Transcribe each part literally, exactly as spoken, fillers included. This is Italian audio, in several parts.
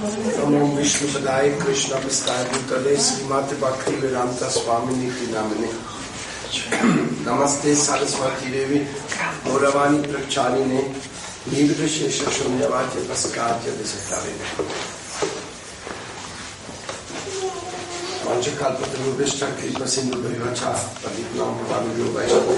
Namo Vishnu Padaya Krishna Prasthaya Bhutale Srimati Bhaktivedanta Swamini Namane Namaste Saraswati Devi Gauravani Pracharine Nirvishesha Shunyavati Paskatya Visatarine Vanchakalpatarubhishta Kripa Sindhu Bhaivacha Padipnam Pavamyo Vaishnava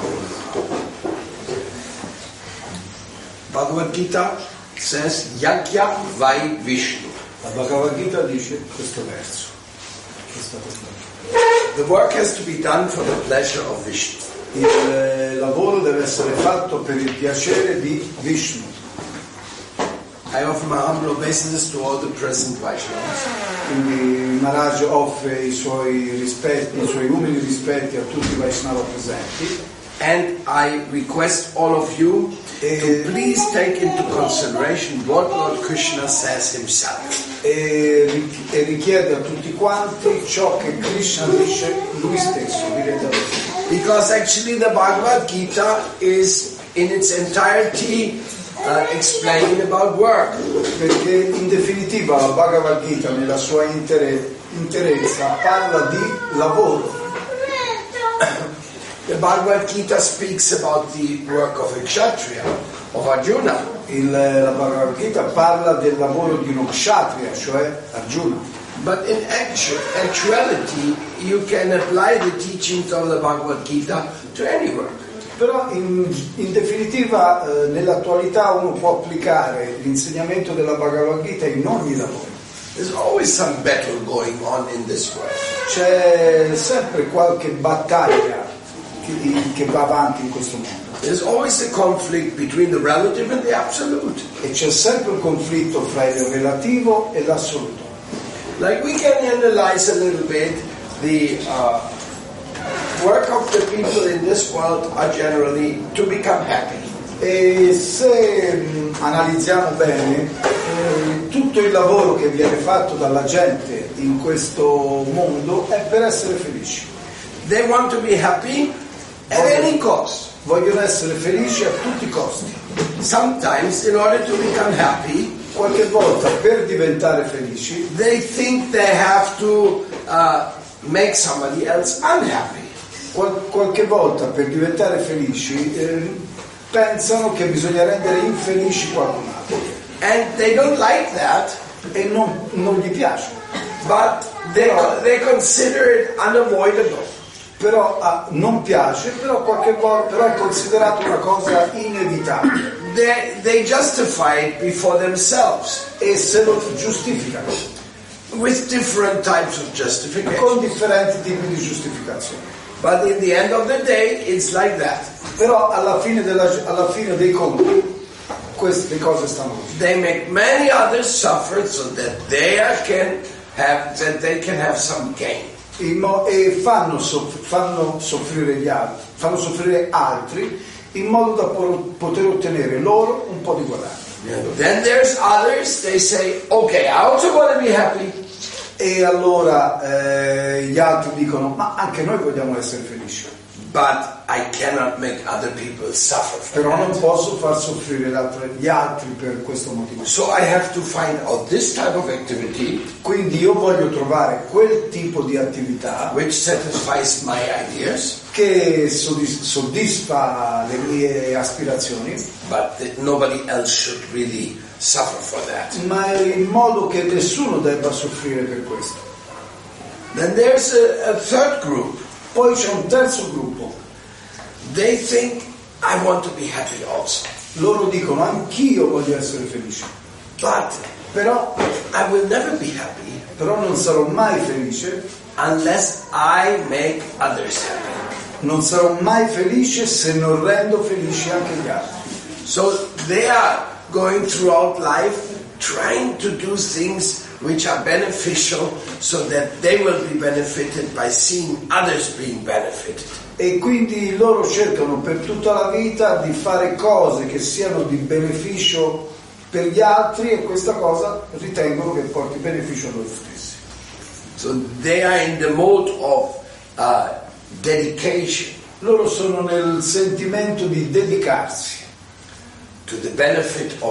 Bhagavad Gita says Yajna Vai Vishnu. La Bhagavad Gita dice questo verso. Questa, questa. The work has to be done for the pleasure of Vishnu. Il eh, lavoro deve essere fatto per il piacere di Vishnu. I offer my humble obeisances to all the present Vaishnavas. Quindi Maharaj offre i suoi rispetti, i suoi umili rispetti a tutti i Vaishnava presenti. And I request all of you to please take into consideration what Lord Krishna says himself. E, e richiede a tutti quanti ciò che Krishna dice lui stesso direttamente. Because actually the Bhagavad Gita is in its entirety uh, explaining about work. Perché in definitiva la Bhagavad Gita nella sua intere, interezza parla di lavoro. The Bhagavad Gita speaks about the work of a kshatriya, of Arjuna. Il, la Bhagavad Gita parla del lavoro di uno kshatriya, cioè Arjuna. But in actu- actuality, you can apply the teachings of the Bhagavad Gita to any work. Però in, in definitiva eh, nell'attualità uno può applicare l'insegnamento della Bhagavad Gita in ogni lavoro. There's always some battle going on in this world. C'è sempre qualche battaglia che va avanti in questo mondo. There's always a conflict between the relative and the absolute. E c'è sempre un conflitto fra il relativo e l'assoluto. Like we can analyze a little bit the uh, work of the people in this world are generally to become happy. E se mh, analizziamo bene, eh, tutto il lavoro che viene fatto dalla gente in questo mondo è per essere felici. They want to be happy at any cost. Vogliono essere felici a tutti i costi. Sometimes, in order to become happy, qualche volta per diventare felici, they think they have to uh, make somebody else unhappy. Qual- qualche volta per diventare felici eh, pensano che bisogna rendere infelici qualcun altro. And they don't like that, e non, non gli piace. But they, Però- they consider it unavoidable. Però ah, non piace, però qualche volta però è considerato una cosa inevitabile. They, they justify it before themselves E se lo giustificano with different types of con justification. differenti tipi di giustificazioni. But in the end of the day, it's like that. Però alla fine, della, alla fine dei conti queste cose stanno così. They make many others suffer so that they are can have that they can have some gain. In mo- e fanno, soff- fanno soffrire gli altri, fanno soffrire altri in modo da por- poter ottenere loro un po' di guadagno. Then there's others, they say, okay, I also want to be happy. E allora eh, gli altri dicono: ma anche noi vogliamo essere felici, But I cannot make other people suffer for però non that. posso far soffrire l'altro- gli altri per questo motivo. So I have to find out this type of activity Quindi io voglio trovare quel tipo di attività which satisfies my ideas, che soddis- soddisfa le mie aspirazioni, but that nobody else should really suffer for that. ma in modo che nessuno debba soffrire per questo. Then there's a, a third group. Poi c'è un terzo gruppo. They think, I want to be happy also. Loro dicono: anch'io voglio essere felice, But però, I will never be happy però non sarò mai felice, unless I make others happy. non sarò mai felice se non rendo felici anche gli altri. So they are going throughout life trying to do things which are beneficial so that they will be benefited by seeing others being benefited. E quindi loro cercano per tutta la vita di fare cose che siano di beneficio per gli altri, e questa cosa ritengono che porti beneficio a loro stessi. So they are in the mode of uh, dedication Loro sono nel sentimento di dedicarsi to the benefit of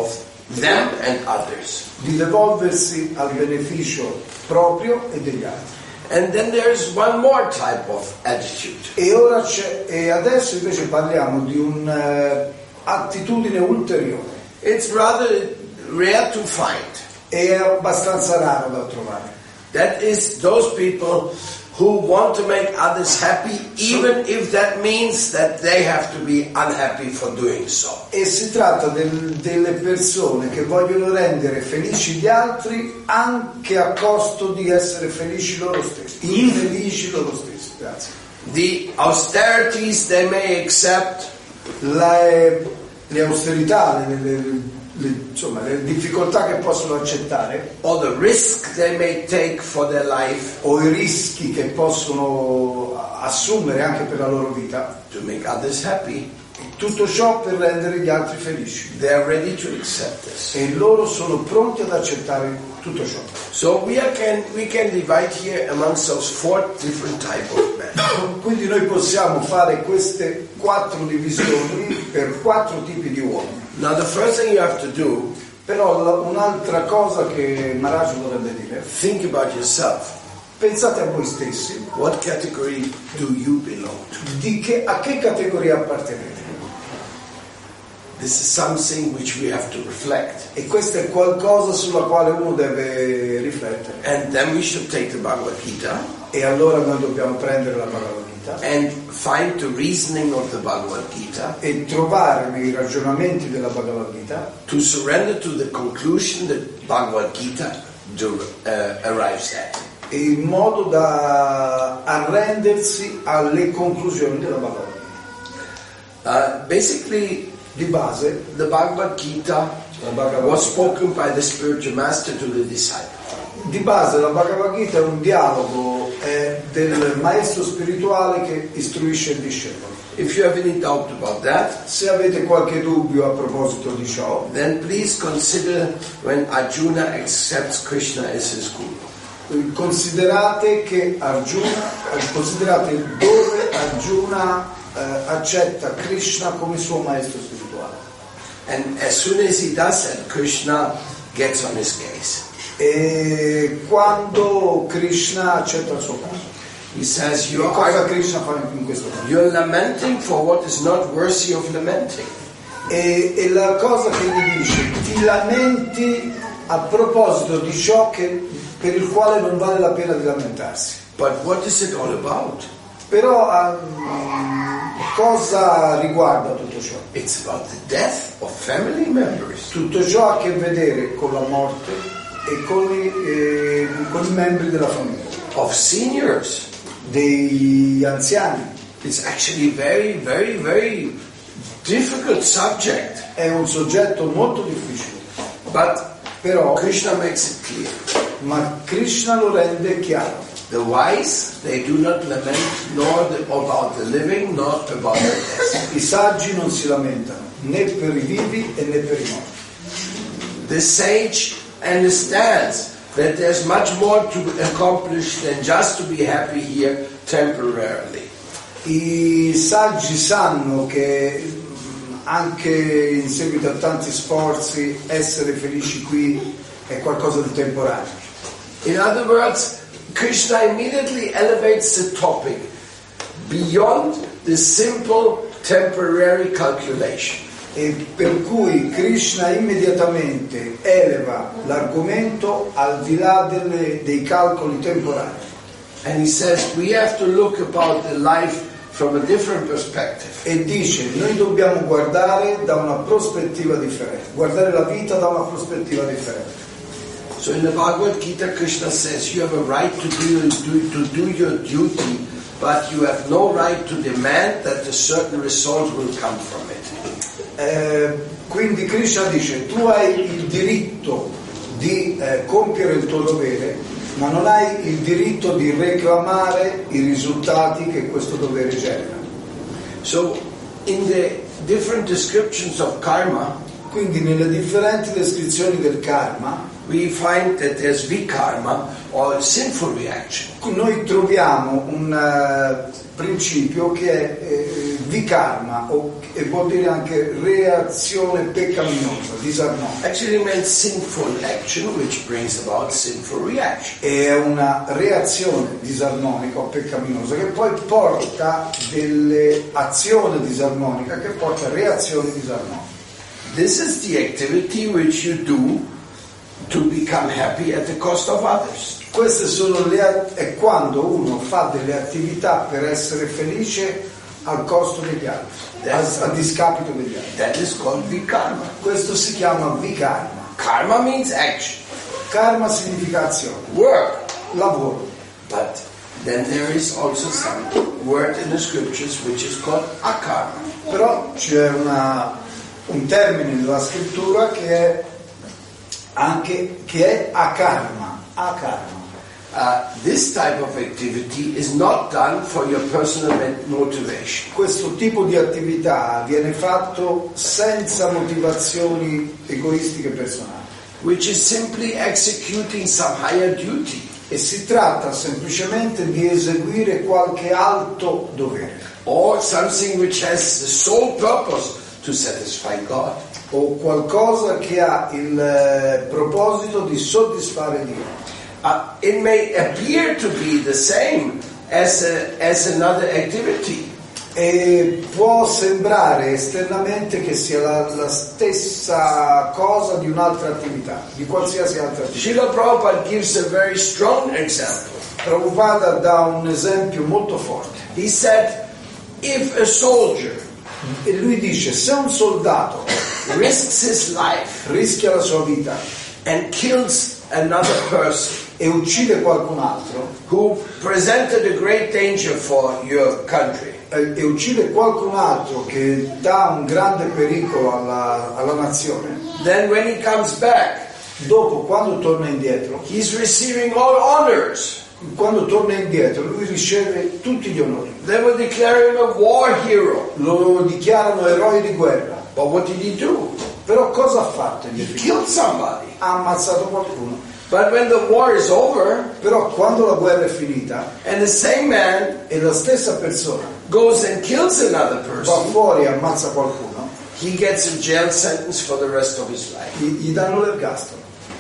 them and others. Di devolversi al beneficio proprio e degli altri. And then there's one more type of attitude. E ora c'è, e adesso invece parliamo di un'attitudine uh, ulteriore. It's rather rare to find. E è abbastanza raro da trovare. That is those people who want to make others happy, even if that means that they have to be unhappy for doing so. E si tratta del, delle persone che vogliono rendere felici gli altri anche a costo di essere felici loro stessi, infelici loro stessi. Grazie. The austerities they may accept, La, le austerità, le, le, le, insomma, le difficoltà che possono accettare, or the risk they may take for their life, o i rischi che possono assumere anche per la loro vita, to make others happy, tutto ciò per rendere gli altri felici. they are ready to accept this. E loro sono pronti ad accettare tutto ciò. So we are can we can divide here amongst those four different type of men. Quindi noi possiamo fare queste quattro divisioni per quattro tipi di uomini. Now the first thing you have to do, Però la- un'altra cosa che Maharaj dovrebbe dire, think about yourself. pensate a voi stessi, What category do you belong to? di che, a che categoria appartenete. This is something which we have to reflect. E questo è qualcosa sulla quale uno deve riflettere. And then we should take the Bhagavad Gita E allora noi dobbiamo prendere la Bhagavad Gita and find the reasoning of the Bhagavad Gita e trovare nei ragionamenti della Bhagavad Gita to surrender to the conclusion that Bhagavad Gita do, uh, arrives at. in modo da arrendersi alle conclusioni della Bhagavad Gita. Uh, basically, Di base, the Bhagavad Gita la Bhagavad was Gita, spoken by the spiritual master to the disciple. di base la Bhagavad Gita è un dialogo eh, del maestro spirituale che istruisce il discepolo. If you have any doubt about that, Se avete qualche dubbio a proposito di ciò, then please consider when Arjuna accepts Krishna as his guru. considerate che Arjuna, eh, considerate dove Arjuna eh, accetta Krishna come suo maestro spirituale. And as soon as he does that, Krishna gets on his case. E quando Krishna accetta il suo caso, He says, you che cosa are, Krishna fa in questo caso? you're lamenting for what is not worthy of lamenting. E, e la cosa che gli dice, ti lamenti a proposito di ciò che, per il quale non vale la pena di lamentarsi. But what is it all about? Però um, cosa riguarda tutto ciò? It's about the death of family members. Tutto ciò ha a che vedere con la morte e con i, eh, con i membri della famiglia, Of seniors. degli anziani. It's actually very, very, very difficult subject. È un soggetto molto difficile, But però Krishna makes it clear. ma Krishna lo rende chiaro. The wise, they do not lament nor the, about the living, nor about the death. I saggi non si lamentano né per i vivi e né per i morti. The sage understands that there's much more to accomplish than just to be happy here temporarily. I saggi sanno che mh, anche in seguito a tanti sforzi essere felici qui è qualcosa di temporaneo. In other words, Krishna immediately elevates the topic beyond the simple temporary calculation. E per cui Krishna immediatamente eleva l'argomento al di là delle, dei calcoli temporali. And he says we have to look about the life from a different perspective. E dice, noi dobbiamo guardare da una prospettiva differente, guardare la vita da una prospettiva differente. So in the Bhagavad Gita, Krishna says you have a right to do, do, to do your duty, but you have no right to demand that a certain result will come from it. Eh, quindi Krishna dice, tu hai il diritto di eh, compiere il tuo dovere, ma non hai il diritto di reclamare i risultati che questo dovere genera. So in the different descriptions of karma, Quindi nelle differenti descrizioni del karma we find that there's vikarma, or sinful reaction. noi troviamo un uh, principio che è eh, vikarma, o, e vuol dire anche reazione peccaminosa, disarmonica. Actually means sinful action which brings about sinful reaction. È una reazione disarmonica o peccaminosa che poi porta delle azioni disarmonica che porta a reazioni disarmoniche. This is the activity which you do to become happy at the cost of others. Queste sono le è quando uno fa delle attività per essere felice al costo degli altri, a, a discapito degli altri. That is called vikarma. Questo si chiama vikarma. Karma means action. Karma significa azione, Work. lavoro. But then there is also some word in the scriptures which is called akarma. Però c'è una, un termine nella scrittura che è anche che è akarma. Akarma. Uh, this type of activity is not done for your personal motivation. Questo tipo di attività viene fatto senza motivazioni egoistiche personali. Which is simply executing some higher duty. E si tratta semplicemente di eseguire qualche alto dovere. Or something which has the sole purpose to satisfy God. O qualcosa che ha il eh, proposito di soddisfare Dio. Uh, it may appear to be the same as, a, as another activity. E può sembrare esternamente che sia la, la stessa cosa di un'altra attività, di qualsiasi altra attività. Srila Prabhupada gives a very strong example. Prabhupada dà un esempio molto forte. He said, if a soldier E lui dice, se un soldato risks his life rischia la sua vita and kills another person e uccide qualcun altro, who presented a great danger for your country, e, e uccide qualcun altro che dà un grande pericolo alla, alla nazione, then when he comes back, dopo, quando torna indietro, he's receiving all honors. quando torna indietro, lui riceve tutti gli onori. They will declare him a war hero. Lo dichiarano eroe di guerra. But what did he do? Però cosa ha fatto? He killed somebody. Ha ammazzato qualcuno. But when the war is over, Però quando la guerra è finita and the same man e la stessa persona goes and kills another va person, fuori e ammazza qualcuno, he gets a jail sentence for the rest of his life. gli, gli danno l'ergastolo.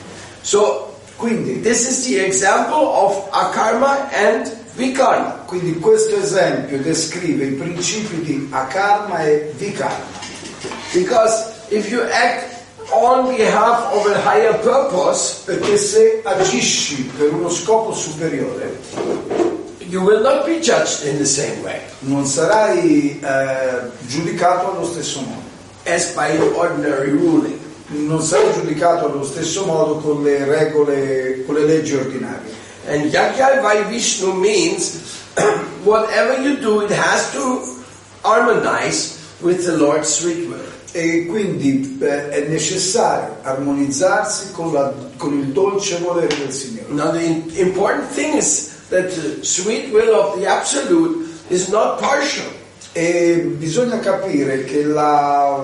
So, Quindi, this is the example of akarma and vikarma. quindi questo esempio descrive i principi di akarma e vikarma. Because if you act on behalf of a higher purpose, Perché se agisci per uno scopo superiore, you will not be judged in the same way non sarai eh, giudicato allo stesso modo. as by an ordinary ruling. Non sarai giudicato allo stesso modo con le regole, con le leggi ordinarie. And Yagyal Vai Vishnu means whatever you do, it has to harmonize with the Lord's sweet will. E quindi eh, è necessario armonizzarsi con, la, con il dolce volere del Signore. Now the important thing is that the sweet will of the Absolute is not partial. E bisogna capire che la,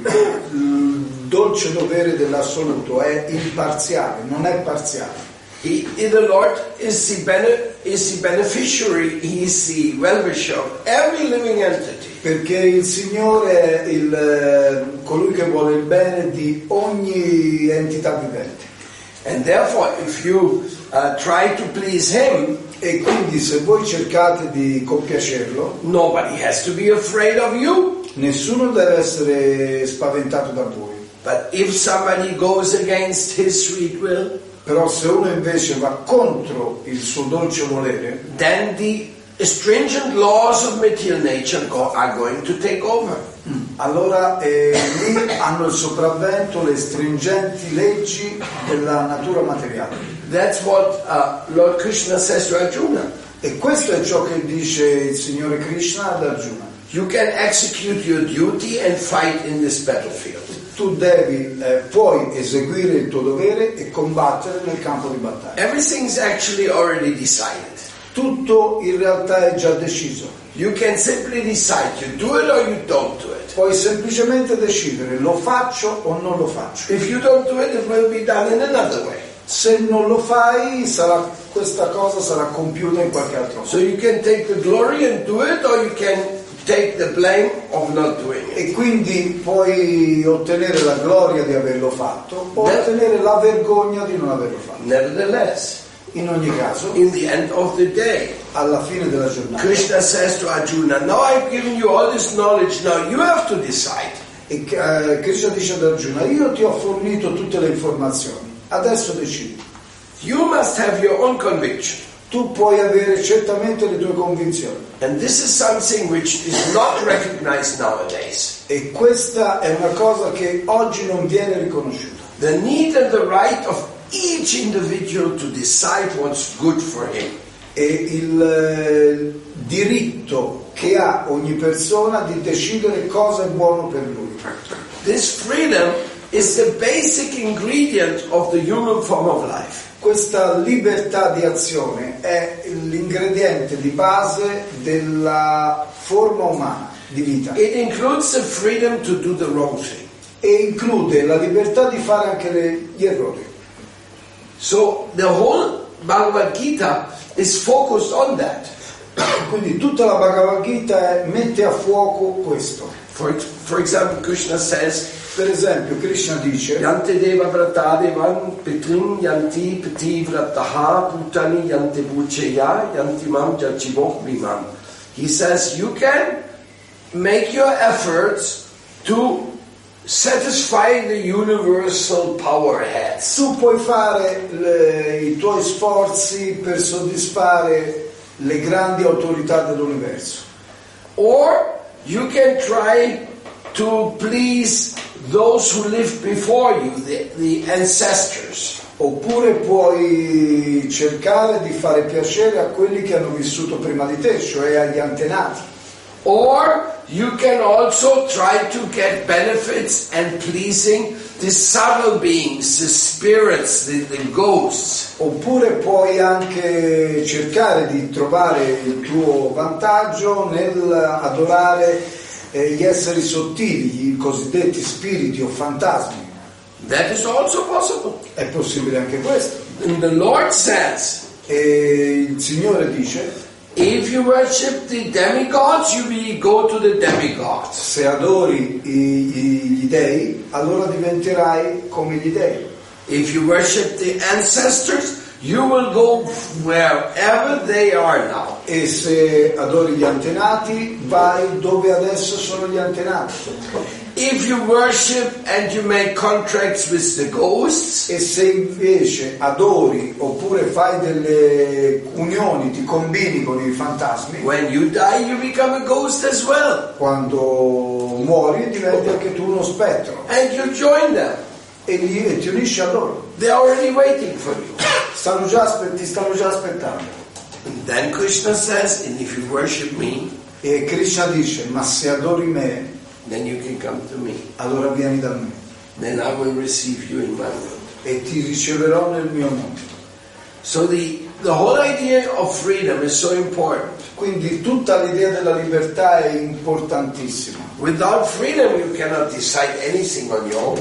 il dolce dovere dell'assoluto è imparziale, non è parziale. He, the Lord is the, bene, is the beneficiary, he is the well-wisher of every living entity. Perché il Signore è il, colui che vuole il bene di ogni entità vivente. And therefore, if you uh, try to please Him, e quindi se voi cercate di compiacerlo, nobody has to be afraid of you. Nessuno deve essere spaventato da voi. But if somebody goes against His sweet will, però se uno invece va contro il suo dolce volere, then the stringent laws of material nature go, are going to take over. Allora eh, lì hanno il sopravvento le stringenti leggi della natura materiale. That's what uh, Lord Krishna says to Arjuna. E questo è ciò che dice il Signore Krishna ad Arjuna. You can execute your duty and fight in this battlefield. Tu devi, eh, puoi eseguire il tuo dovere e combattere nel campo di battaglia. Everything's actually already decided. Tutto in realtà è già deciso. You can simply decide, you do it or you don't do it. Puoi semplicemente decidere, lo faccio o non lo faccio. If you don't do it, it will be done in another way. Se non lo fai, sarà, questa cosa sarà compiuta in qualche altro modo. So you can take the glory and do it, or you can take the blame of not doing it. E quindi puoi ottenere la gloria di averlo fatto o Ne- ottenere la vergogna di non averlo fatto. Nevertheless, In ogni caso, in the end of the day, alla fine della giornata, Krishna says to Arjuna, now I've given you all this knowledge, now you have to decide. e eh, Krishna dice ad Arjuna: io ti ho fornito tutte le informazioni, adesso decidi. You must have your own conviction. Tu puoi avere certamente le tue convinzioni. And this is something which is not recognized nowadays. E questa è una cosa che oggi non viene riconosciuta. The need and the right of each individual to decide what's good for him. E il eh, diritto che ha ogni persona di decidere cosa è buono per lui. This freedom is the basic ingredient of the human form of life. Questa libertà di azione è l'ingrediente di base della forma umana di vita It includes the freedom to do the wrong thing. e include la libertà di fare anche le- gli errori. So the whole Bhagavad Gita is focused on that. Quindi tutta la Bhagavad Gita è- mette a fuoco questo. For, for example, Krishna says, Per esempio Krishna dice: Yante deva vrata devan pitrin yanti piti vrataha putani yante bucheya yanti mam jachivok vimam. He says, you can make your efforts to satisfy the universal power heads. tu puoi fare le- i tuoi sforzi per soddisfare le grandi autorità dell'universo, Or you can try to please those who lived before you, the, the ancestors. oppure puoi cercare di fare piacere a quelli che hanno vissuto prima di te, cioè agli antenati. Or you can also try to get benefits and pleasing the subtle beings, the spirits, the, the ghosts. Oppure puoi anche cercare di trovare il tuo vantaggio nel adorare eh, gli esseri sottili, i cosiddetti spiriti o fantasmi. That is also possible. È possibile anche questo. And the Lord says, E il Signore dice: if you worship the demigods, you will go to the demigods. se adori i- i- gli dei, allora diventerai come gli dei. If you worship the ancestors, you will go wherever they are now. E se adori gli antenati, vai dove adesso sono gli antenati. If you worship and you make contracts with the ghosts, E se invece adori oppure fai delle unioni, ti combini con i fantasmi, when you die, you become a ghost as well. quando muori diventi anche tu uno spettro And you join them. e, li- e ti unisci a loro. They're already waiting for you. Stanno già aspe- ti stanno già aspettando. And then Krishna says, and if you worship me, E Krishna dice: ma se adori me, then you can come to me. allora vieni da me Then I will receive you in my world. e ti riceverò nel mio mondo. So the, the whole idea of freedom is so important. Quindi tutta l'idea della libertà è importantissima. Without freedom, you cannot decide anything on your own.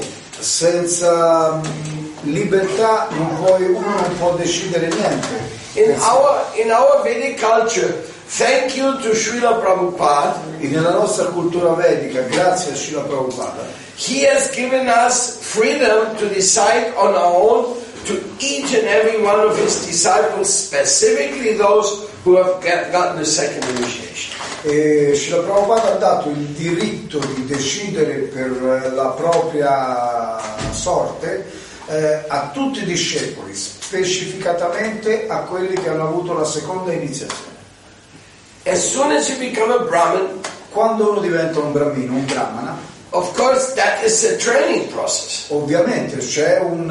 Senza mm, libertà non puoi, uno non può decidere niente. In our, in our Vedic culture, thank you to Srila Prabhupada, E nella nostra cultura vedica, grazie a Srila Prabhupada, he has given us freedom to decide on our own to each and every one of his disciples, specifically those who have get, gotten a second initiation. e Srila Prabhupada ha dato il diritto di decidere per la propria sorte eh, a tutti i discepoli, specificatamente a quelli che hanno avuto la seconda iniziazione. As soon as you become a Brahmin, Quando uno diventa un brahmino, un brahmana, of course that is a training process. ovviamente c'è un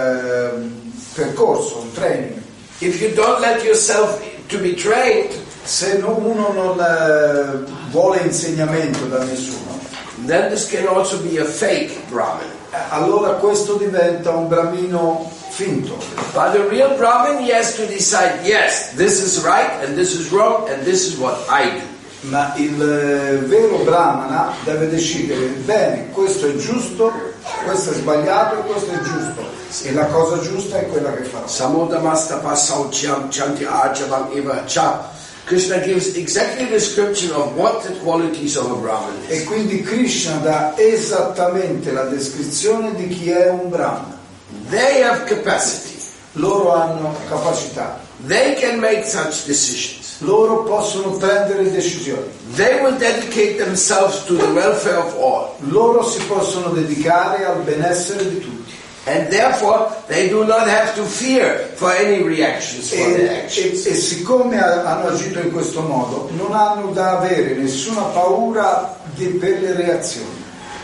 eh, percorso, un training. If you don't let yourself to be trained, Se no- uno non eh, vuole insegnamento da nessuno, then this can also be a fake Brahmin. eh, allora questo diventa un brahmino finto. But the real Brahmin, he has to decide, yes, this is right and this is wrong and this is what I do. Ma il eh, vero brahmana deve decidere: bene, questo è giusto, questo è sbagliato e questo è giusto, e la cosa giusta è quella che farò. Samodamasta pasauchyam chanti arjavam eva cha Krishna gives exactly the description of what the qualities of a Brahman E is. quindi Krishna dà esattamente la descrizione di chi è un Brahmana. They have capacity. Loro hanno capacità, They can make such decisions. loro possono prendere decisioni, They will dedicate themselves to the welfare of all. loro si possono dedicare al benessere di tutti. And therefore, they do not have to fear for any reactions for their E, actions. e- e siccome ha- hanno agito in questo modo, non hanno da avere nessuna paura di- per le reazioni.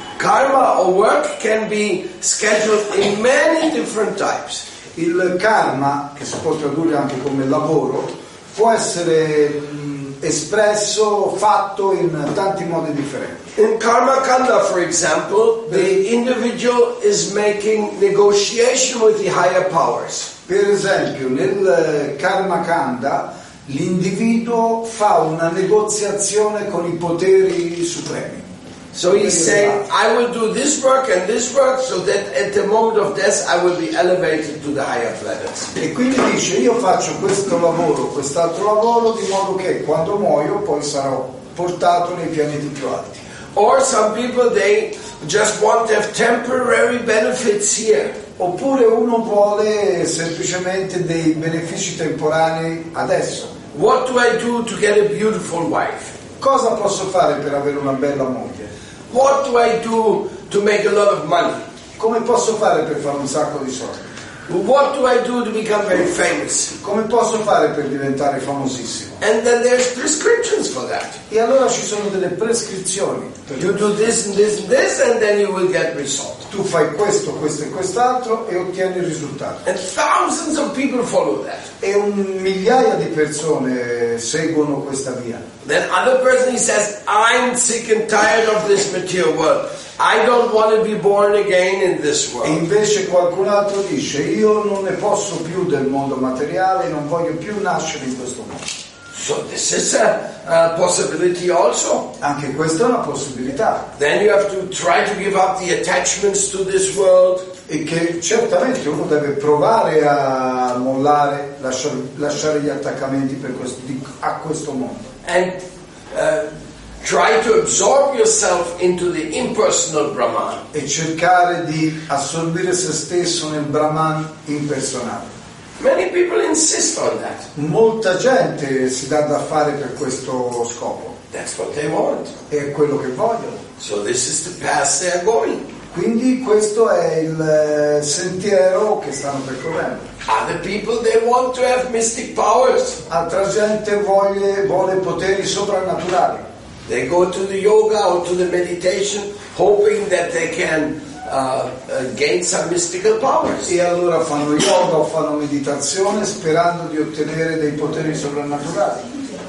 Karma or work can be scheduled in many different types. Il karma, che si può tradurre anche come lavoro, può essere mh, espresso, fatto in tanti modi differenti. In Karma Kanda, for example, the individual is making negotiation with the higher powers. Per esempio, nel eh, Karma Kanda l'individuo fa una negoziazione con i poteri supremi. So he's saying, I will do this work and this work so that at the moment of death I will be elevated to the higher planets. E quindi dice: io faccio questo lavoro, quest'altro lavoro, di modo che quando muoio poi sarò portato nei pianeti più alti. Or some people, they just want to have temporary benefits here. Oppure uno vuole semplicemente dei benefici temporanei adesso. What do I do to get a beautiful wife? Cosa posso fare per avere una bella moglie? What do I do to make a lot of money? Come posso fare per fare un sacco di soldi? What do I do to become very famous? Come posso fare per diventare famosissimo? And then there's prescriptions for that. E allora ci sono delle prescrizioni. per You do this and this and this and then you will get result. Tu fai questo, questo e quest'altro e ottieni il risultato. And thousands of people follow that. E un migliaia di persone seguono questa via. Then other person, he says, I'm sick and tired of this material world. I don't want to be born again in this E world. invece qualcun altro dice: io non ne posso più del mondo materiale, non voglio più nascere in questo mondo. So this is a, a possibility also. Anche questa è una possibilità. Then you have to try to give up the attachments to this world. E che certamente uno deve provare a mollare, lasciare, lasciare gli attaccamenti per questo, di- a questo mondo. And uh, try to absorb yourself into the impersonal Brahman. E cercare di assorbire se stesso nel Brahman impersonale. Many people insist on that. Molta gente si dà da fare per questo scopo, That's what they want. è quello che vogliono. So this is the path they are going. Quindi questo è il eh, sentiero che stanno percorrendo. Other people, they want to have mystic powers. Altra gente vuole, vuole poteri soprannaturali. They go to the yoga or to the meditation hoping that they can uh, uh, gain some mystical powers. E allora fanno yoga o fanno meditazione sperando di ottenere dei poteri soprannaturali.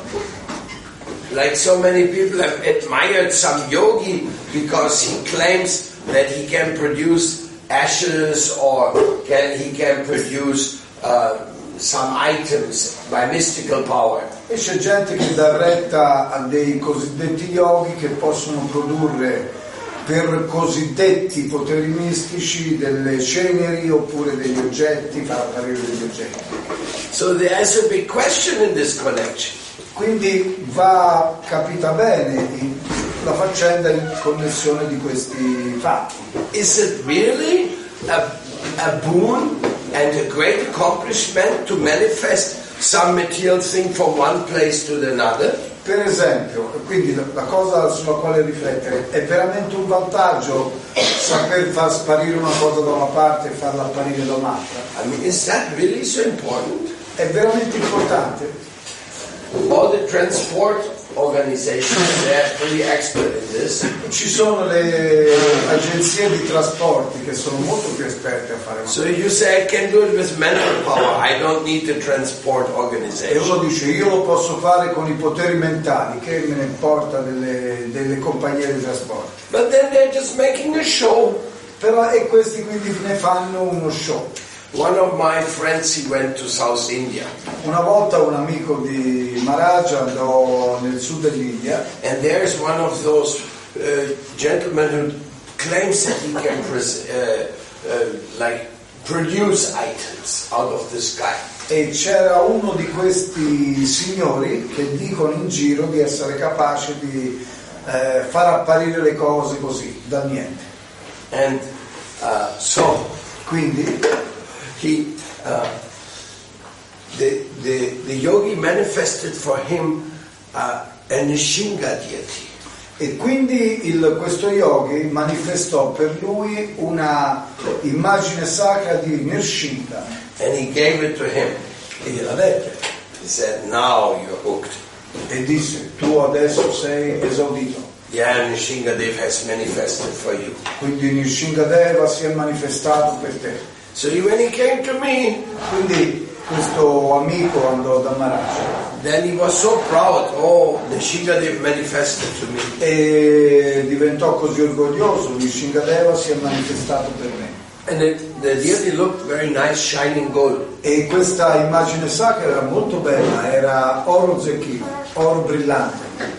Like so many people have admired some yogi because he claims that he can produce ashes or can, he can produce uh, some items by mystical power. E c'è gente che dà retta a dei cosiddetti yogi che possono produrre per cosiddetti poteri mistici delle ceneri oppure degli oggetti, far apparire degli oggetti. So there is a big question in this connection. Quindi va capita bene la faccenda in connessione di questi fatti. Is it really a, a boon and a great accomplishment to manifest some material thing from one place to another? Per esempio, quindi la, la cosa sulla quale riflettere, è veramente un vantaggio saper far sparire una cosa da una parte e farla apparire da un'altra? I mean, is that really so important? È veramente importante? All the transport organizations, they're pretty expert in this. Ci sono le agenzie di trasporti che sono molto più esperte a fare So questo. you say, I can do it with mental power. I don't need the transport E organization. uno dice: io lo posso fare con i poteri mentali, che me ne importa delle, delle compagnie di trasporto. But then they're just making a show. Però e questi quindi ne fanno uno show. One of my friends, he went to South India. Una volta un amico di Maharaj andò nel sud dell'India And there's one of those uh, gentlemen who claims that he can pres- uh, uh, like produce items out of the sky. e c'era uno di questi signori che dicono in giro di essere capaci di eh, far apparire le cose così, da niente. And uh, so, Quindi he, uh, the, the, the yogi manifested for him uh, a Nishinga deity. E quindi il, questo yogi manifestò per lui una immagine sacra di Nirshinga And he gave it to him. e gliela dette He said, now you're hooked. e disse: tu adesso sei esaudito. Yeah, Nishingadev has manifested for you. Quindi Nirshingadeva si è manifestato per te. So he, when he came to me, Quindi questo amico andò da Maharaj then he was so proud. Oh, Nishingadev manifested to me. e diventò così orgoglioso. Nirshingadeva si è manifestato per me. And it, the deity looked very nice, shining gold. E questa immagine sacra era molto bella, era oro zecchino, oro brillante.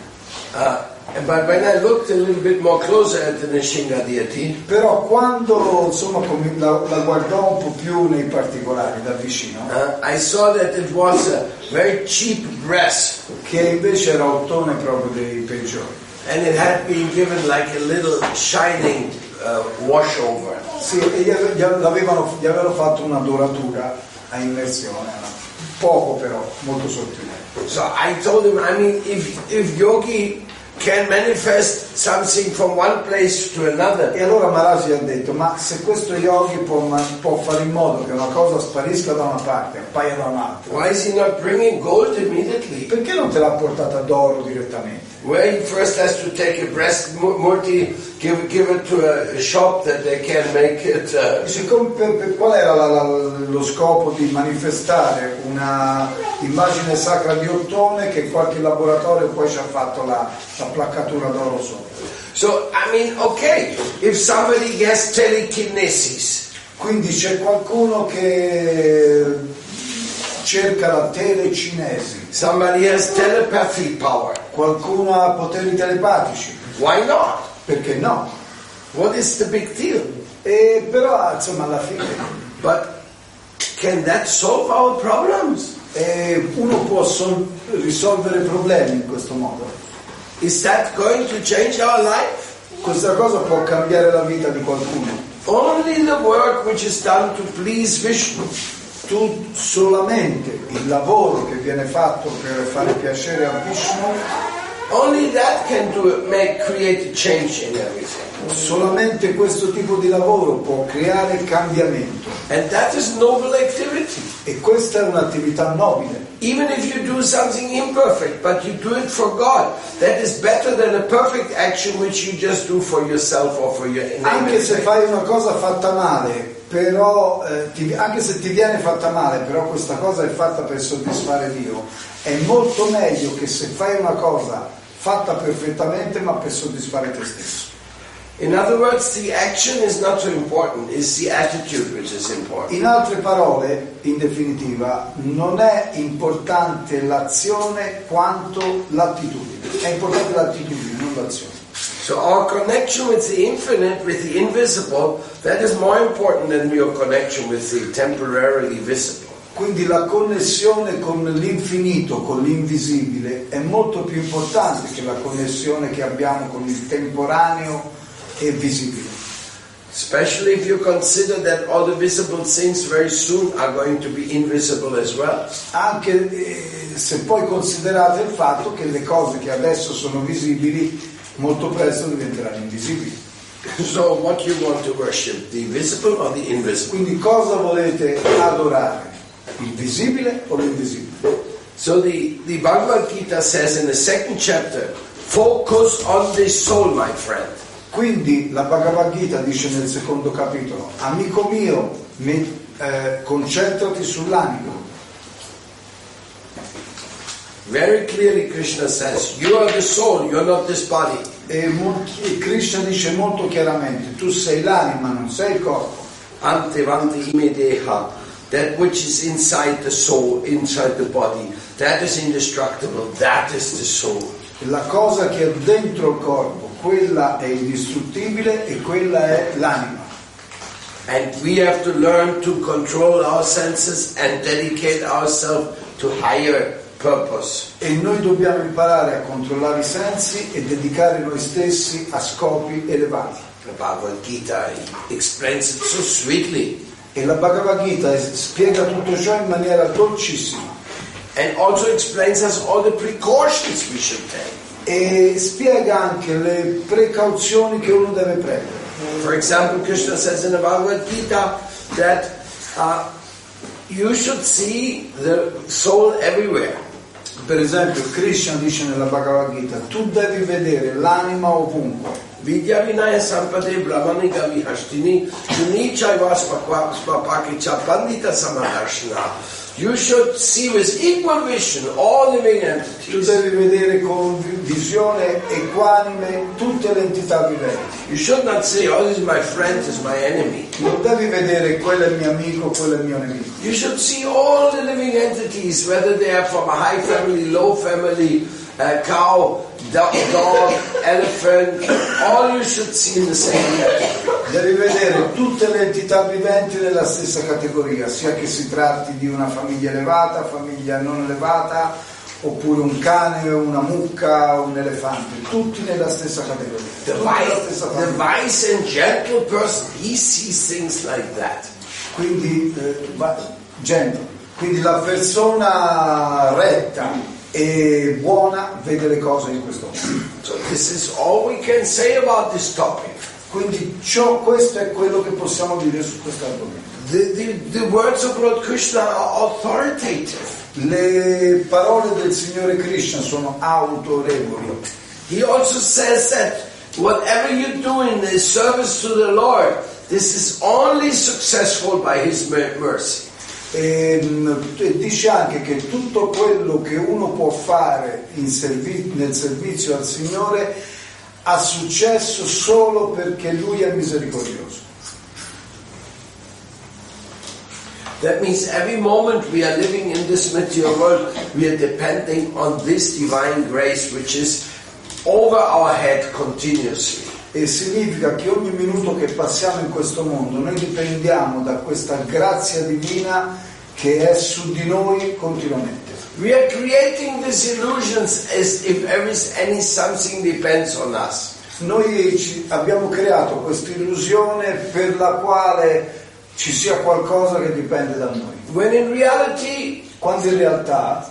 Uh, but when I looked a little bit more closer at the Nishinga deity, Però quando insomma com- la, la guardò un po' più nei particolari da vicino, uh, I saw that it was a very cheap brass, che invece era ottone proprio dei peggiori. and it had been given like a little shining uh, washover. Sì, e gli, ave- gli avevano, gli avevano fatto una doratura a immersione, no? Poco però, molto sottile. So I told him, I mean, if if yogi can manifest something from one place to another, E allora Maharaj gli ha detto: ma se questo yogi può, ma- può fare in modo che una cosa sparisca da una parte e appaia da un'altra, why is he not bringing gold immediately? perché non te l'ha portata d'oro direttamente? Where he first has to take a breast mu- murti, give give it to a, a shop that they can make it. Uh, Dice, com- per, per qual era la- la- lo scopo di manifestare una immagine sacra di ottone che qualche laboratorio poi ci ha fatto la, la placcatura d'oro sopra? so I mean, okay, if somebody has telekinesis, Quindi c'è qualcuno che cerca la telecinesi, somebody has telepathy power, qualcuno ha poteri telepatici, why not? perché no? What is the big deal? E però insomma alla fine But can that solve our problems? eh, uno può sol- risolvere problemi in questo modo. Is that going to change our life? Questa cosa può cambiare la vita di qualcuno. Only the work which is done to please Vishnu. Tu solamente il lavoro che viene fatto per fare piacere a Vishnu, Only that can do it, make create a change in everything. solamente questo tipo di lavoro può creare cambiamento. And that is noble activity. E questa è un'attività nobile. Even if you do something imperfect, but you do it for God, that is better than a perfect action which you just do for yourself or for your Anche se fai una cosa fatta male, però eh, ti- anche se ti viene fatta male, però questa cosa è fatta per soddisfare Dio, è molto meglio che se fai una cosa fatta perfettamente ma per soddisfare te stesso. In other words, the action is not so important, it's the attitude which is important. In altre parole, in definitiva, non è importante l'azione quanto l'attitudine. È importante l'attitudine, non l'azione. So our connection with the infinite, with the invisible, that is more important than your connection with the temporarily visible. Quindi la connessione con l'infinito, con l'invisibile, è molto più importante che la connessione che abbiamo con il temporaneo e visibile. Especially if you consider that all the visible things very soon are going to be invisible as well. Anche eh, se poi considerate il fatto che le cose che adesso sono visibili molto presto diventeranno invisibili. So what you want to worship, the visible or the invisible? Quindi cosa volete adorare? Il visibile o l'invisibile? So the, the Bhagavad Gita says in the second chapter, focus on the soul, my friend. Quindi la Bhagavad Gita dice nel secondo capitolo: amico mio, mi, eh, concentrati sull'anima. Very clearly Krishna says, you are the soul, you are not this body. E, molti, e Krishna dice molto chiaramente: tu sei l'anima, non sei il corpo. Ante vanti ime deha, that which is inside the soul, inside the body, that is indestructible, that is the soul. La cosa che è dentro il corpo, quella è indistruttibile e quella è l'anima. And we have to learn to control our senses and dedicate ourselves to higher purpose. E noi dobbiamo imparare a controllare i sensi e dedicare noi stessi a scopi elevati. The Bhagavad Gita explains it so sweetly. E la Bhagavad Gita spiega tutto ciò in maniera dolcissima. And also explains us all the precautions we should take. E spiega anche le precauzioni che uno deve prendere. For example, Krishna says in the Bhagavad Gita that uh, you should see the soul everywhere. Per esempio, Krishna dice nella Bhagavad Gita: tu devi vedere l'anima ovunque. Vidya Vinaya Sampade Brahmanika Vihashtini Junichai Vaspapaki Pandita Samadarshana. You should see with equal vision all living Tu entities. devi vedere con visione equanime tutte le entità viventi. You should not say, oh, this is my friend, this is my enemy. Non devi vedere quello è il mio amico, quello è il mio nemico. You should see all the living entities, whether they are from a high family, low family, uh, cow, dog, dog, elephant, all you should see in the same category. Devi vedere tutte le entità viventi nella stessa categoria, sia che si tratti di una famiglia elevata, famiglia non elevata, oppure un cane, una mucca, un elefante, tutti nella stessa categoria. The Tutti nella wise, stessa the famiglia. wise and gentle person, he sees things like that. Quindi, eh, va- gente, quindi la persona retta e buona vede le cose in questo modo. So this is all we can say about this topic. Quindi ciò, questo è quello che possiamo dire su questo argomento. The, the, the words of Lord Krishna are authoritative. Le parole del Signore Krishna sono autorevoli. He also says that whatever you do in the service to the Lord, this is only successful by His mer- mercy. E, e dice anche che tutto quello che uno può fare in servi- nel servizio al Signore ha successo solo perché Lui è misericordioso. That means every moment we are living in this material world, we are depending on this divine grace which is over our head continuously. E significa che ogni minuto che passiamo in questo mondo noi dipendiamo da questa grazia divina che è su di noi continuamente. We are creating these illusions as if every any something depends on us. Noi ci abbiamo creato questa illusione per la quale ci sia qualcosa che dipende da noi, When in reality quando in realtà,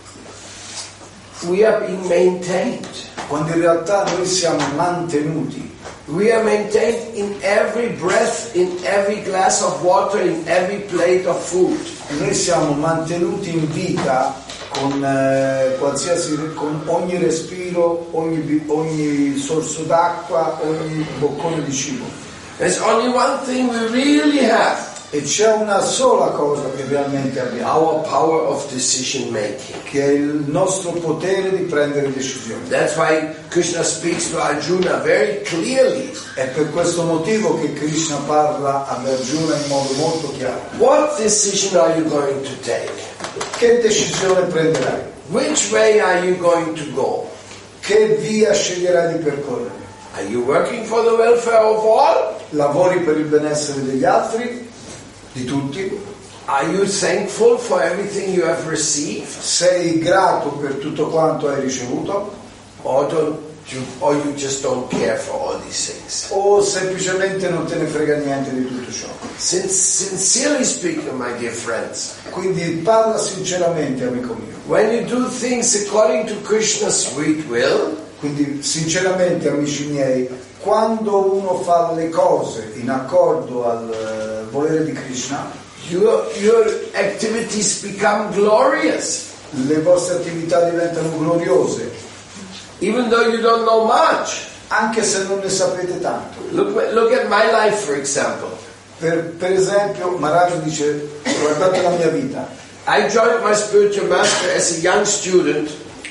we are being maintained. quando in realtà noi siamo mantenuti. We are maintained in every breath, in every glass of water, in every plate of food. Noi siamo mantenuti in vita con eh, qualsiasi, con ogni respiro, ogni, bi- ogni sorso d'acqua, ogni boccone di cibo. There's only one thing we really have, E c'è una sola cosa che realmente abbiamo, our power of decision making. che è il nostro potere di prendere decisioni. That's why Krishna speaks to Arjuna very clearly. È per questo motivo che Krishna parla ad Arjuna in modo molto chiaro. What decision are you going to take? Che decisione prenderai? Which way are you going to go? Che via sceglierai di percorrere? Are you working for the welfare of all? Lavori per il benessere degli altri, di tutti? Are you thankful for everything you have received? Sei grato per tutto quanto hai ricevuto? Or don't you, or you just don't care for all these things? O semplicemente non te ne frega niente di tutto ciò? Since, sincerely speaking, my dear friends, Quindi parla sinceramente, amico mio. when you do things according to Krishna's sweet will, Quindi sinceramente, amici miei, quando uno fa le cose in accordo al eh, volere di Krishna, your, your activities become glorious. le vostre attività diventano gloriose, Even though you don't know much. anche se non ne sapete tanto. Look, look at my life, for example. Per, per esempio, Maharaj dice, guardate la mia vita, I joined my spiritual master as a young student.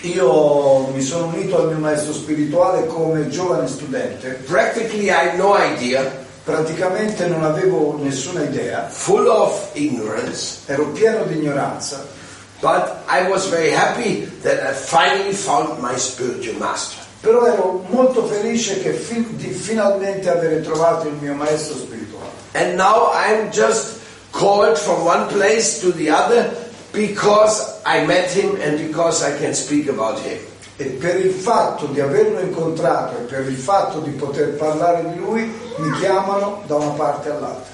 io mi sono unito al mio maestro spirituale come giovane studente, Practically, I had no idea, praticamente non avevo nessuna idea, full of ignorance. ero pieno di ignoranza, But I was very happy that I finally found my spiritual master. però ero molto felice che fi- di finalmente avere trovato il mio maestro spirituale. and now I'm just called from one place to the other because I met him and because I can speak about him. E per il fatto di averlo incontrato e per il fatto di poter parlare di lui mi chiamano da una parte all'altra.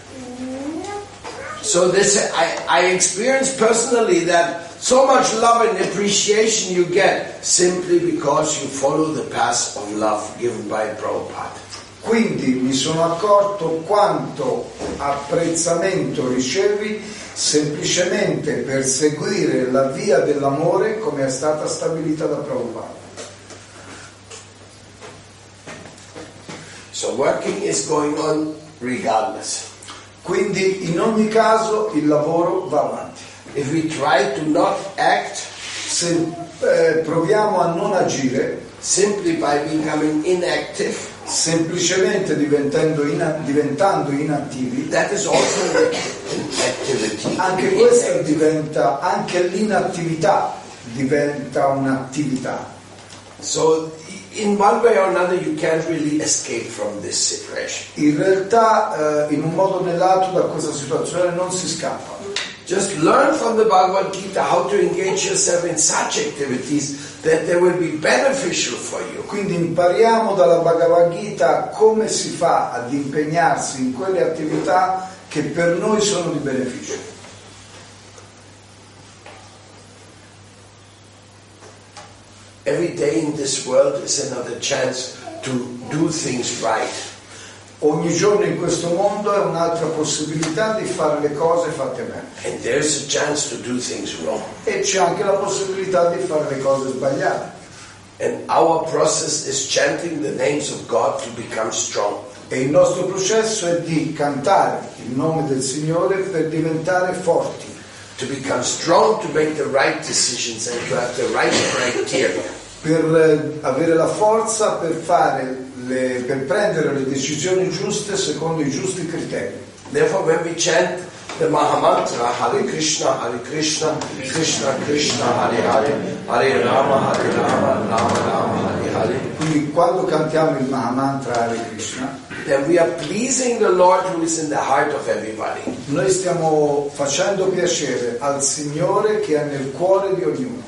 So this I, I experienced personally that so much love and appreciation you get simply because you follow the path of love given by Prabhupada. Quindi mi sono accorto quanto apprezzamento ricevi semplicemente per seguire la via dell'amore come è stata stabilita da Prabhupada. So working is going on regardless. Quindi in ogni caso il lavoro va avanti. If we try to not act, Se eh, proviamo a non agire, simply by becoming inactive, semplicemente diventando, ina- diventando inattivi, that is also an activity. anche questa diventa, anche l'inattività diventa un'attività. So in one way or another you can't really escape from this situation. In realtà eh, in un modo o nell'altro da questa situazione non si scappa. Just learn from the Bhagavad Gita how to engage yourself in such activities that they will be beneficial for you. Quindi impariamo dalla Bhagavad Gita come si fa ad impegnarsi in quelle attività che per noi sono di beneficio. Every day in this world is another chance to do things right. Ogni giorno in questo mondo è un'altra possibilità di fare le cose fatte bene. And there's a chance to do things wrong. E c'è anche la possibilità di fare le cose sbagliate. And our process is chanting the names of God to become strong. E il nostro processo è di cantare il nome del Signore per diventare forti. To become strong, to make the right decisions and to have the right criteria. Per avere la forza per fare le, per prendere le decisioni giuste secondo i giusti criteri. Therefore, when we chant the Mahamantra, Hare Krishna, Hare Krishna, Krishna Krishna, Hare Hare, Hare Rama, Hare Rama, Rama Rama, Hare Hare. Quindi quando cantiamo il Mahamantra Hare Krishna, then we are pleasing the Lord who is in the heart of everybody. Noi stiamo facendo piacere al Signore che è nel cuore di ognuno.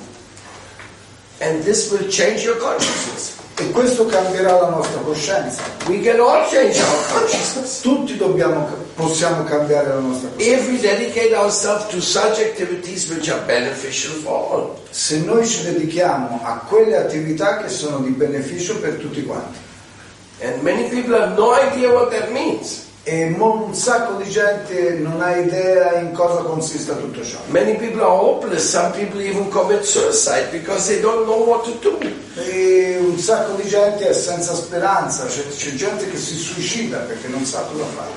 And this will change your consciousness. E questo cambierà la nostra coscienza. We can all change our consciousness. Tutti dobbiamo, possiamo cambiare la nostra coscienza. If we dedicate ourselves to such activities which are beneficial for all. Se noi ci dedichiamo a quelle attività che sono di beneficio per tutti quanti. And many people have no idea what that means. E un sacco di gente non ha idea in cosa consista tutto ciò. Many people are hopeless. Some people even commit suicide because they don't know what to do. E un sacco di gente è senza speranza, c'è, c'è gente che si suicida perché non sa cosa fare.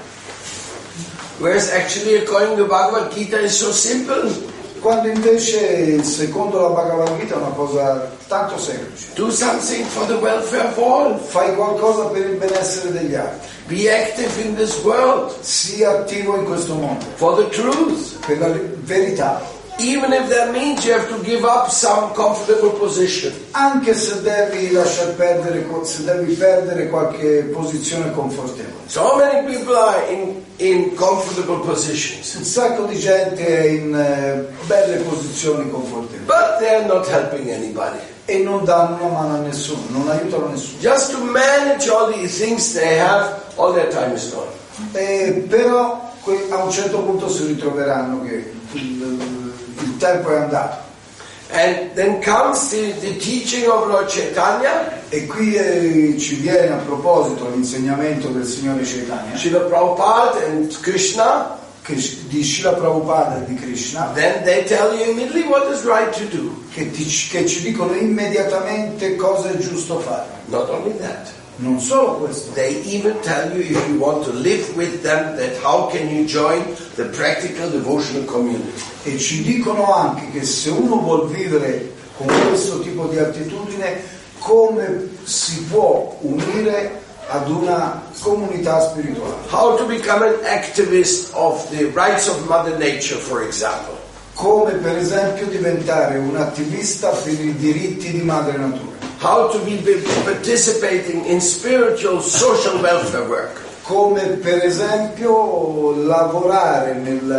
Whereas actually, according to Bhagavad Gita, is so simple. Quando invece, secondo la Bhagavad Gita, è una cosa tanto semplice. Do something for the welfare of all. Fai qualcosa per il benessere degli altri. Be active in this world. Sii attivo in questo mondo. For the truth. Per la verità. Even if that means you have to give up some comfortable position. Anche se devi lasciar perdere, se devi perdere qualche posizione confortevole. So many people are in, in comfortable positions. Un sacco di gente è in eh, belle posizioni confortevoli. But they are not helping anybody. E non danno una mano a nessuno, non aiutano nessuno. Just to manage all these things they have, all their time is gone. E però a un certo punto si ritroveranno che il, il tempo è andato. And then comes the, the teaching of Lord Chaitanya. E qui eh, ci viene a proposito l'insegnamento del Signore Chaitanya, Srila Prabhupada and Krishna. che, di Srila Prabhupada e di Krishna, Then they tell you immediately what is right to do. che, ti, che ci dicono immediatamente cosa è giusto fare. Not only that. Non solo questo, They even tell you if you want to live with them that how can you join the practical devotional community. e ci dicono anche che se uno vuol vivere con questo tipo di attitudine, come si può unire ad una comunità spirituale. How to become an activist of the rights of Mother Nature, for example. Come per esempio diventare un attivista per i diritti di madre natura. How to be participating in spiritual social welfare work. come per esempio lavorare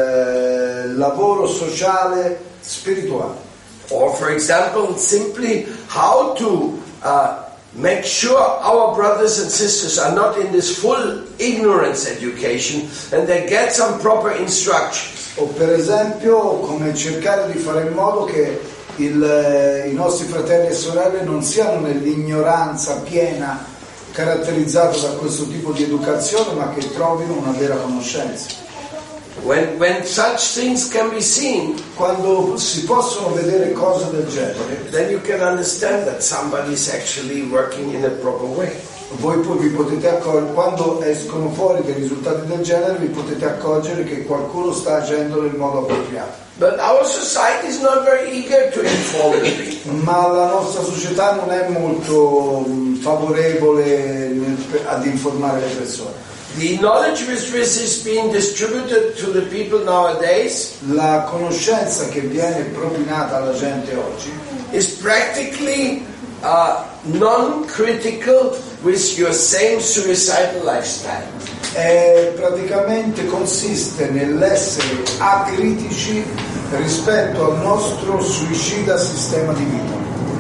nel eh, lavoro sociale spirituale. Or for example, simply how to uh, make sure our brothers and sisters are not in this full ignorance education and they get some proper instructions. O per esempio come cercare di fare in modo che il, i nostri fratelli e sorelle non siano nell'ignoranza piena caratterizzata da questo tipo di educazione, ma che trovino una vera conoscenza. When, when such things can be seen, quando si possono vedere cose del genere, then you can understand that somebody is actually working in a proper way. Voi poi vi potete accorgere, quando escono fuori dei risultati del genere, vi potete accorgere che qualcuno sta agendo nel modo appropriato. But our society is not very eager to inform people. Ma la nostra società non è molto favorevole nel, ad informare le persone. The knowledge which is being distributed to the people nowadays, la conoscenza che viene propinata alla gente oggi, is practically uh, non-critical with your same suicidal lifestyle. È praticamente consiste nell'essere acritici rispetto al nostro suicida sistema di vita.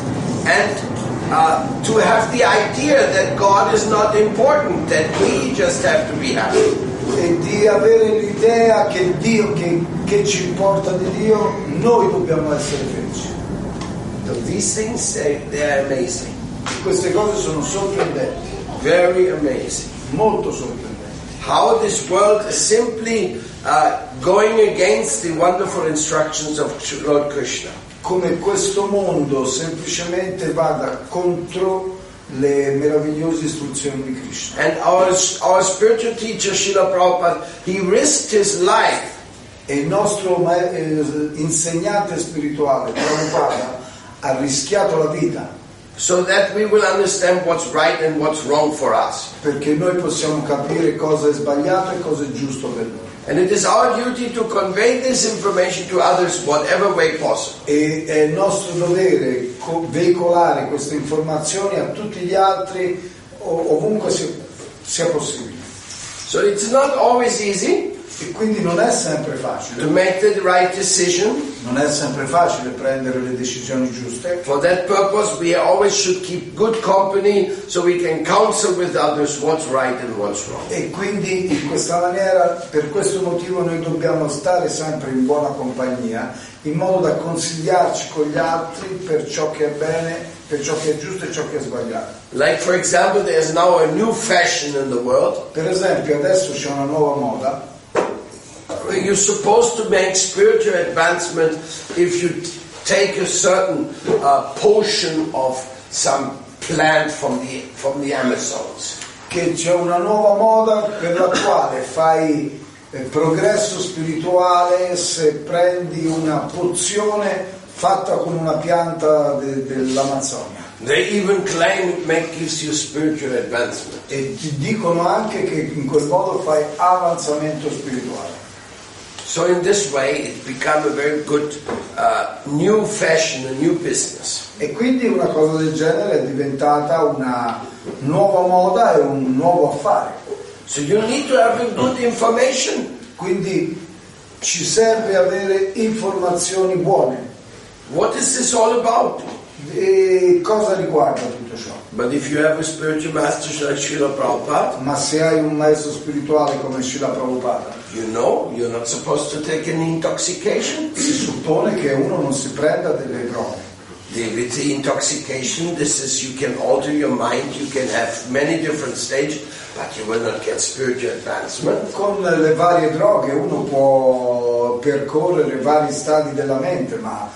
And Uh, to have the idea that God is not important, that we just have to be happy. E di avere l'idea che Dio, che, che ci importa di Dio, noi dobbiamo essere felici. So these things, they, they are amazing. Queste cose sono sorprendenti. Very amazing. Molto sorprendenti. How this world is simply uh, going against the wonderful instructions of Lord Krishna. Come questo mondo semplicemente vada contro le meravigliose istruzioni di Krishna. And our, our spiritual teacher Srila Prabhupada, he risked his life. E il nostro eh, insegnante spirituale Prabhupada ha rischiato la vita. So that we will understand what's right and what's wrong for us. Perché noi possiamo capire cosa è sbagliato e cosa è giusto per noi. And it is our duty to convey this information to others whatever way possible. E è il nostro dovere co- veicolare queste informazioni a tutti gli altri ov- ovunque sia, sia possibile. So it's not always easy. E quindi non è sempre facile. To make the right decision. Non è sempre facile prendere le decisioni giuste. For that purpose we always should keep good company so we can counsel with others what's right and what's wrong. E quindi in questa maniera, per questo motivo noi dobbiamo stare sempre in buona compagnia, in modo da consigliarci con gli altri per ciò che è bene, per ciò che è giusto e ciò che è sbagliato. Like for example, there's now a new fashion in the world. Per esempio adesso c'è una nuova moda. You're supposed to make spiritual advancement if you take a certain uh, portion of some plant from the from the Amazons. Che c'è una nuova moda per la quale fai eh, progresso spirituale se prendi una pozione fatta con una pianta de, dell'Amazzonia. They even claim it make, gives you spiritual advancement. E ti dicono anche che in quel modo fai avanzamento spirituale. So in this way it became a very good uh, new fashion, a new business. E quindi una cosa del genere è diventata una nuova moda e un nuovo affare. So you need to have a good information. Quindi ci serve avere informazioni buone. What is this all about? E cosa riguarda tutto ciò? But if you have a spiritual master like Srila Prabhupada, Ma se hai un maestro spirituale come Srila Prabhupada, you know you're not supposed to take an intoxication. si suppone che uno non si prenda delle droghe. The, with the intoxication, this is you can alter your mind, you can have many different stages, but you will not get spiritual advancement. Con le varie droghe uno può percorrere vari stadi della mente, ma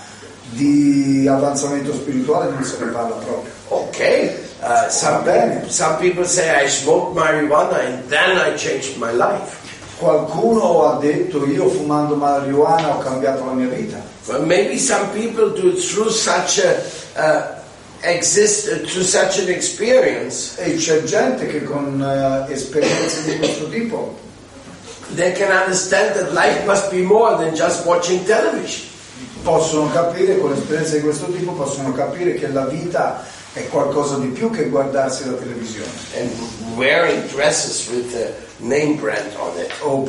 di avanzamento spirituale non se ne parla proprio. Okay, uh, some, bene. some people say I smoked marijuana and then I changed my life. Qualcuno ha detto io fumando marijuana ho cambiato la mia vita. Well, maybe some people do through such a uh, exist uh, through such an experience. E c'è gente che con uh, esperienze di questo tipo they can understand that life must be more than just watching television. Possono capire, con esperienze di questo tipo, possono capire che la vita è qualcosa di più che guardarsi la televisione. And wearing dresses with a name brand on it. O,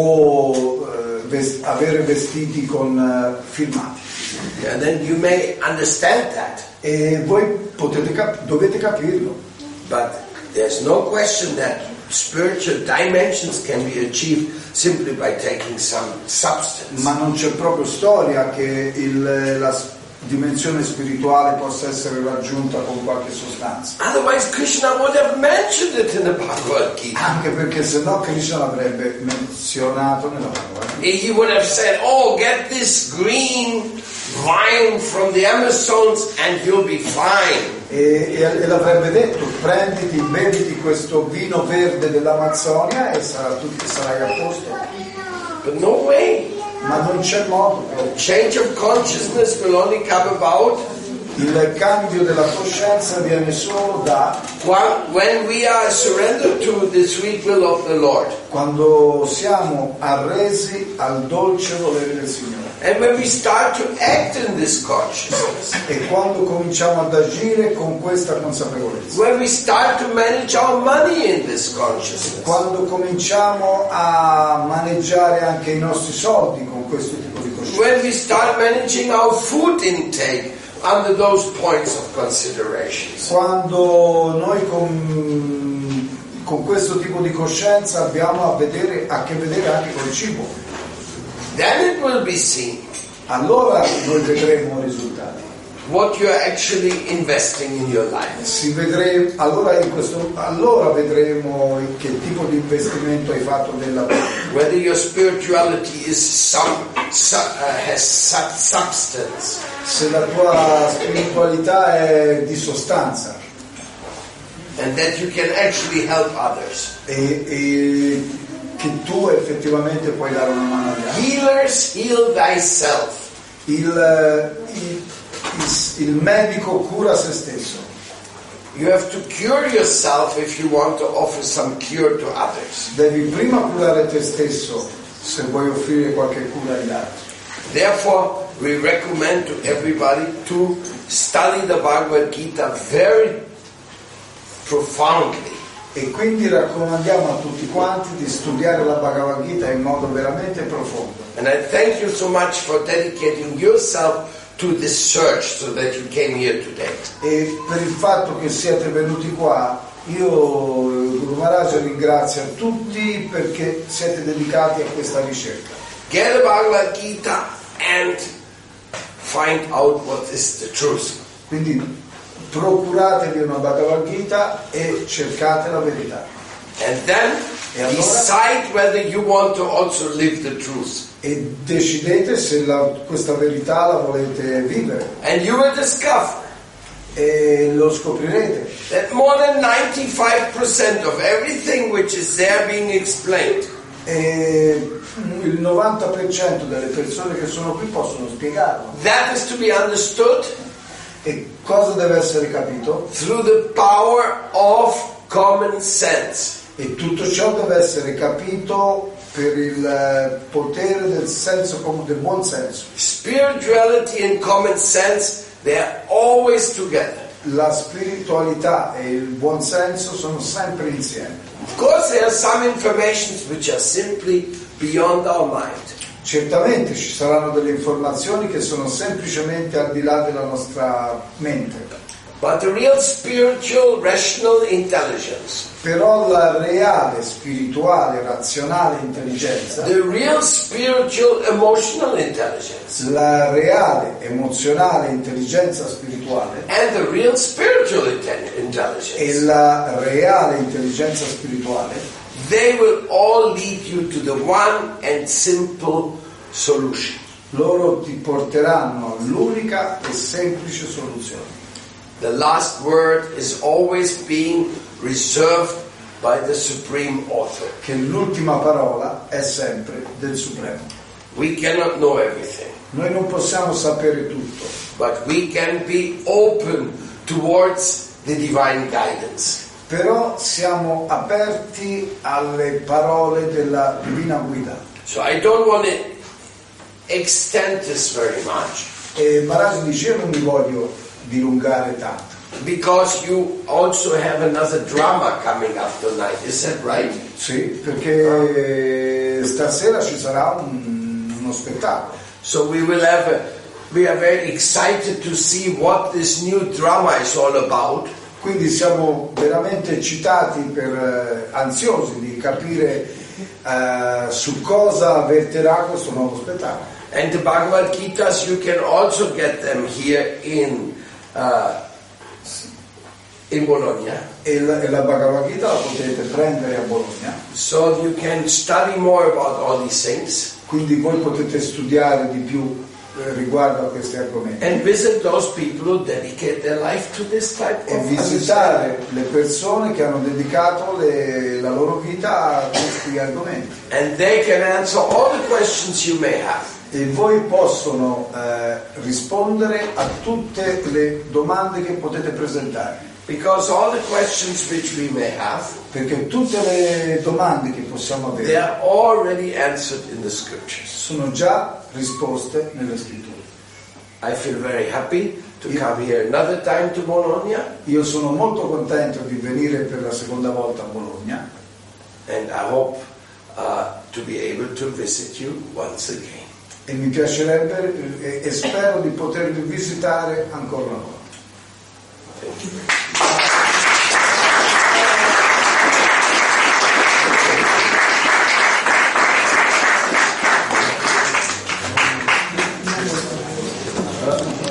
o eh, vest- avere vestiti con eh, filmati. And then you may understand that. E voi potete cap- dovete capirlo. But there's no question that spiritual dimensions can be achieved simply by taking some substance. Ma non c'è proprio storia che il, la s- dimensione spirituale possa essere raggiunta con qualche sostanza. Otherwise Krishna would have mentioned it in the Bhagavad Gita. Anche perché se no Krishna l'avrebbe menzionato nella Bhagavad Gita. He would have said, oh, get this green wine from the Amazons and you'll be fine. E, e, e l'avrebbe detto, prenditi, beviti questo vino verde dell'Amazzonia e sarà tutto, sarai a posto. But no way. Ma non c'è modo. Change of consciousness will only come about Il cambio della coscienza viene solo da when we are surrendered to the sweet will of the Lord. quando siamo arresi al dolce volere del Signore. And when we start to act in this consciousness. E quando cominciamo ad agire con questa consapevolezza. When we start to manage our money in this consciousness. Quando cominciamo a maneggiare anche i nostri soldi con questo tipo di coscienza. When we start managing our food intake under those points of considerations. Quando noi con, con questo tipo di coscienza abbiamo a, vedere, a che vedere anche col cibo. Then it will be seen. Allora noi vedremo i risultati. What you are actually investing in your life. Si vedremo, allora, in questo, allora vedremo che tipo di investimento hai fatto nella vita. Whether your spirituality is some, su, uh, has su- substance. Se la tua spiritualità è di sostanza. And that you can actually help others. E, e che tu effettivamente puoi dare una mano agli altri. Healers, heal thyself. Il, il, il, il medico cura se stesso. You have to cure yourself if you want to offer some cure to others. Devi prima curare te stesso se vuoi offrire qualche cura agli altri. Therefore, we recommend to everybody to study the Bhagavad Gita very profoundly. E quindi raccomandiamo a tutti quanti di studiare la Bhagavad Gita in modo veramente profondo. And I thank you so much for dedicating yourself to this search so that you came here today. E per il fatto che siete venuti qua, io Guru Maharaj ringrazio a tutti perché siete dedicati a questa ricerca. Get the Bhagavad Gita and find out what is the truth. Quindi procuratevi una Bhagavad Gita e cercate la verità. And then E allora? decide whether you want to also live the truth. E decidete se la, questa verità la volete vivere. And you will discover E lo scoprirete. that more than ninety-five percent of everything which is there being explained E il novanta per cento delle persone che sono qui possono spiegarlo. that is to be understood E cosa deve essere capito? through the power of common sense. E tutto ciò deve essere capito per il potere del senso, del buon senso. Spirituality and common sense, they are always together. La spiritualità e il buon senso sono sempre insieme. Of course, there are some informations which are simply beyond our mind. Certamente ci saranno delle informazioni che sono semplicemente al di là della nostra mente. But the real spiritual, rational intelligence, Però la reale, spirituale, razionale intelligenza, the real spiritual, emotional intelligence, la reale, emozionale intelligenza spirituale and the real spiritual inte- e intelligence, la reale intelligenza spirituale, they will all lead you to the one and simple solution. loro ti porteranno all'unica e semplice soluzione. The last word is always being reserved by the Supreme Author. Che l'ultima parola è sempre del Supremo. We cannot know everything, Noi non possiamo sapere tutto, but we can be open towards the divine guidance. però siamo aperti alle parole della divina guida. So I don't want to extend this very much, E Maharaj dice: io non mi voglio dilungare tanto, because you also have another drama coming up tonight, is that right? Sì, perché stasera ci sarà un, uno spettacolo. So we will have a, we are very excited to see what this new drama is all about. Quindi siamo veramente eccitati, per, eh, ansiosi di capire eh, su cosa verterà questo nuovo spettacolo. And the Bhagavad Gitas, you can also get them here in uh, in Bologna. E la, e la Bhagavad Gita la potete prendere a Bologna. So you can study more about all these things. Quindi voi potete studiare di più eh, riguardo a questi argomenti. And visit those people who dedicate their life to this type E of visitare le persone che hanno dedicato le, la loro vita a questi argomenti. And they can answer all the questions you may have. E voi possono eh, rispondere a tutte le domande che potete presentare. Because all the questions which we may have, Perché tutte le domande che possiamo they avere are already answered in the scriptures. sono già risposte nelle scritture. I feel very happy to come here another time to Bologna, Io sono molto contento di venire per la seconda volta a Bologna and I hope uh, to be able to visit you once again. e mi piacerebbe e, e spero di potervi visitare ancora una volta. Thank you.